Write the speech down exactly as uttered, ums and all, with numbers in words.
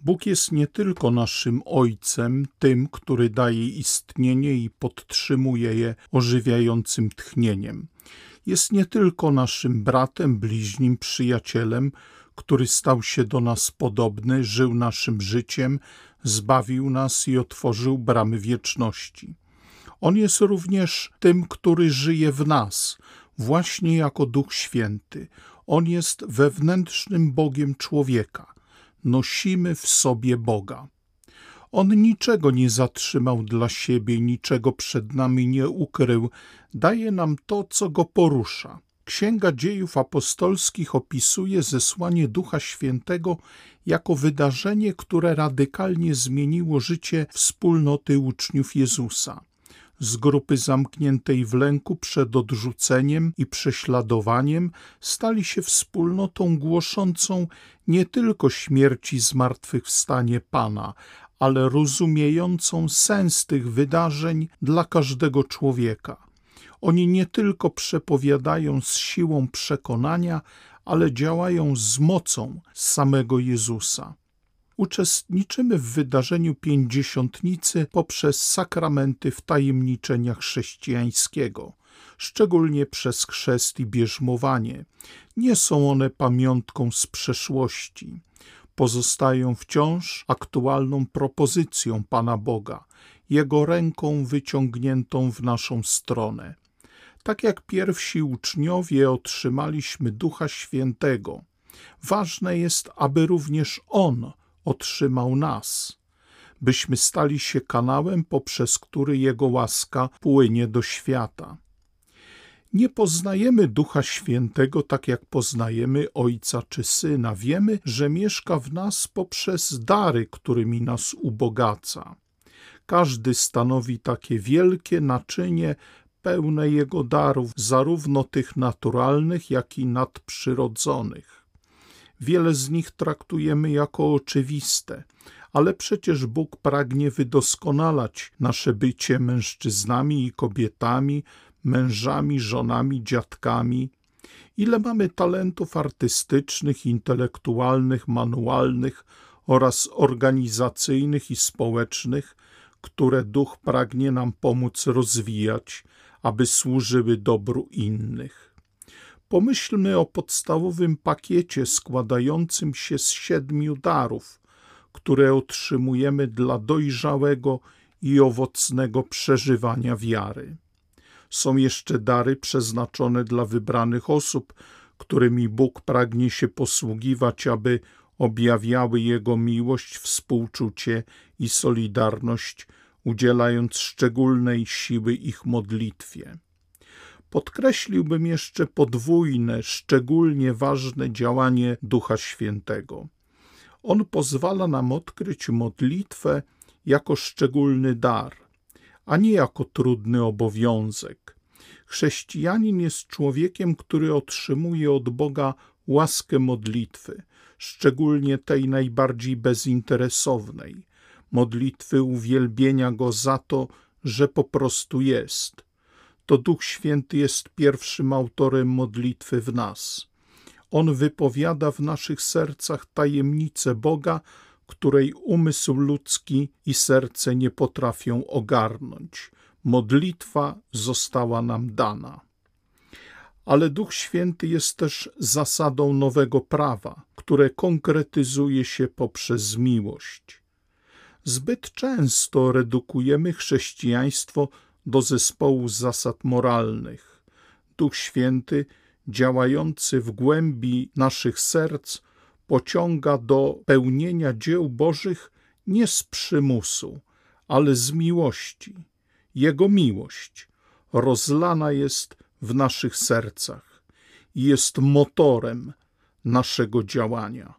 Bóg jest nie tylko naszym Ojcem, tym, który daje istnienie i podtrzymuje je ożywiającym tchnieniem. Jest nie tylko naszym bratem, bliźnim, przyjacielem, który stał się do nas podobny, żył naszym życiem, zbawił nas i otworzył bramy wieczności. On jest również tym, który żyje w nas, właśnie jako Duch Święty. On jest wewnętrznym Bogiem człowieka. Nosimy w sobie Boga. On niczego nie zatrzymał dla siebie, niczego przed nami nie ukrył. Daje nam to, co go porusza. Księga Dziejów Apostolskich opisuje zesłanie Ducha Świętego jako wydarzenie, które radykalnie zmieniło życie wspólnoty uczniów Jezusa. Z grupy zamkniętej w lęku przed odrzuceniem i prześladowaniem stali się wspólnotą głoszącą nie tylko śmierć i zmartwychwstanie Pana, ale rozumiejącą sens tych wydarzeń dla każdego człowieka. Oni nie tylko przepowiadają z siłą przekonania, ale działają z mocą samego Jezusa. Uczestniczymy w wydarzeniu Pięćdziesiątnicy poprzez sakramenty wtajemniczenia chrześcijańskiego, szczególnie przez chrzest i bierzmowanie. Nie są one pamiątką z przeszłości. Pozostają wciąż aktualną propozycją Pana Boga, Jego ręką wyciągniętą w naszą stronę. Tak jak pierwsi uczniowie otrzymaliśmy Ducha Świętego, ważne jest, aby również On otrzymał nas, byśmy stali się kanałem, poprzez który Jego łaska płynie do świata. Nie poznajemy Ducha Świętego tak, jak poznajemy Ojca czy Syna. Wiemy, że mieszka w nas poprzez dary, którymi nas ubogaca. Każdy stanowi takie wielkie naczynie pełne Jego darów, zarówno tych naturalnych, jak i nadprzyrodzonych. Wiele z nich traktujemy jako oczywiste, ale przecież Bóg pragnie wydoskonalać nasze bycie mężczyznami i kobietami, mężami, żonami, dziadkami. Ile mamy talentów artystycznych, intelektualnych, manualnych oraz organizacyjnych i społecznych, które Duch pragnie nam pomóc rozwijać, aby służyły dobru innych. Pomyślmy o podstawowym pakiecie składającym się z siedmiu darów, które otrzymujemy dla dojrzałego i owocnego przeżywania wiary. Są jeszcze dary przeznaczone dla wybranych osób, którymi Bóg pragnie się posługiwać, aby objawiały Jego miłość, współczucie i solidarność, udzielając szczególnej siły ich modlitwie. Podkreśliłbym jeszcze podwójne, szczególnie ważne działanie Ducha Świętego. On pozwala nam odkryć modlitwę jako szczególny dar, a nie jako trudny obowiązek. Chrześcijanin jest człowiekiem, który otrzymuje od Boga łaskę modlitwy, szczególnie tej najbardziej bezinteresownej, modlitwy uwielbienia Go za to, że po prostu jest. To Duch Święty jest pierwszym autorem modlitwy w nas. On wypowiada w naszych sercach tajemnicę Boga, której umysł ludzki i serce nie potrafią ogarnąć. Modlitwa została nam dana. Ale Duch Święty jest też zasadą nowego prawa, które konkretyzuje się poprzez miłość. Zbyt często redukujemy chrześcijaństwo do zespołu zasad moralnych. Duch Święty, działający w głębi naszych serc, pociąga do pełnienia dzieł Bożych nie z przymusu, ale z miłości. Jego miłość rozlana jest w naszych sercach i jest motorem naszego działania.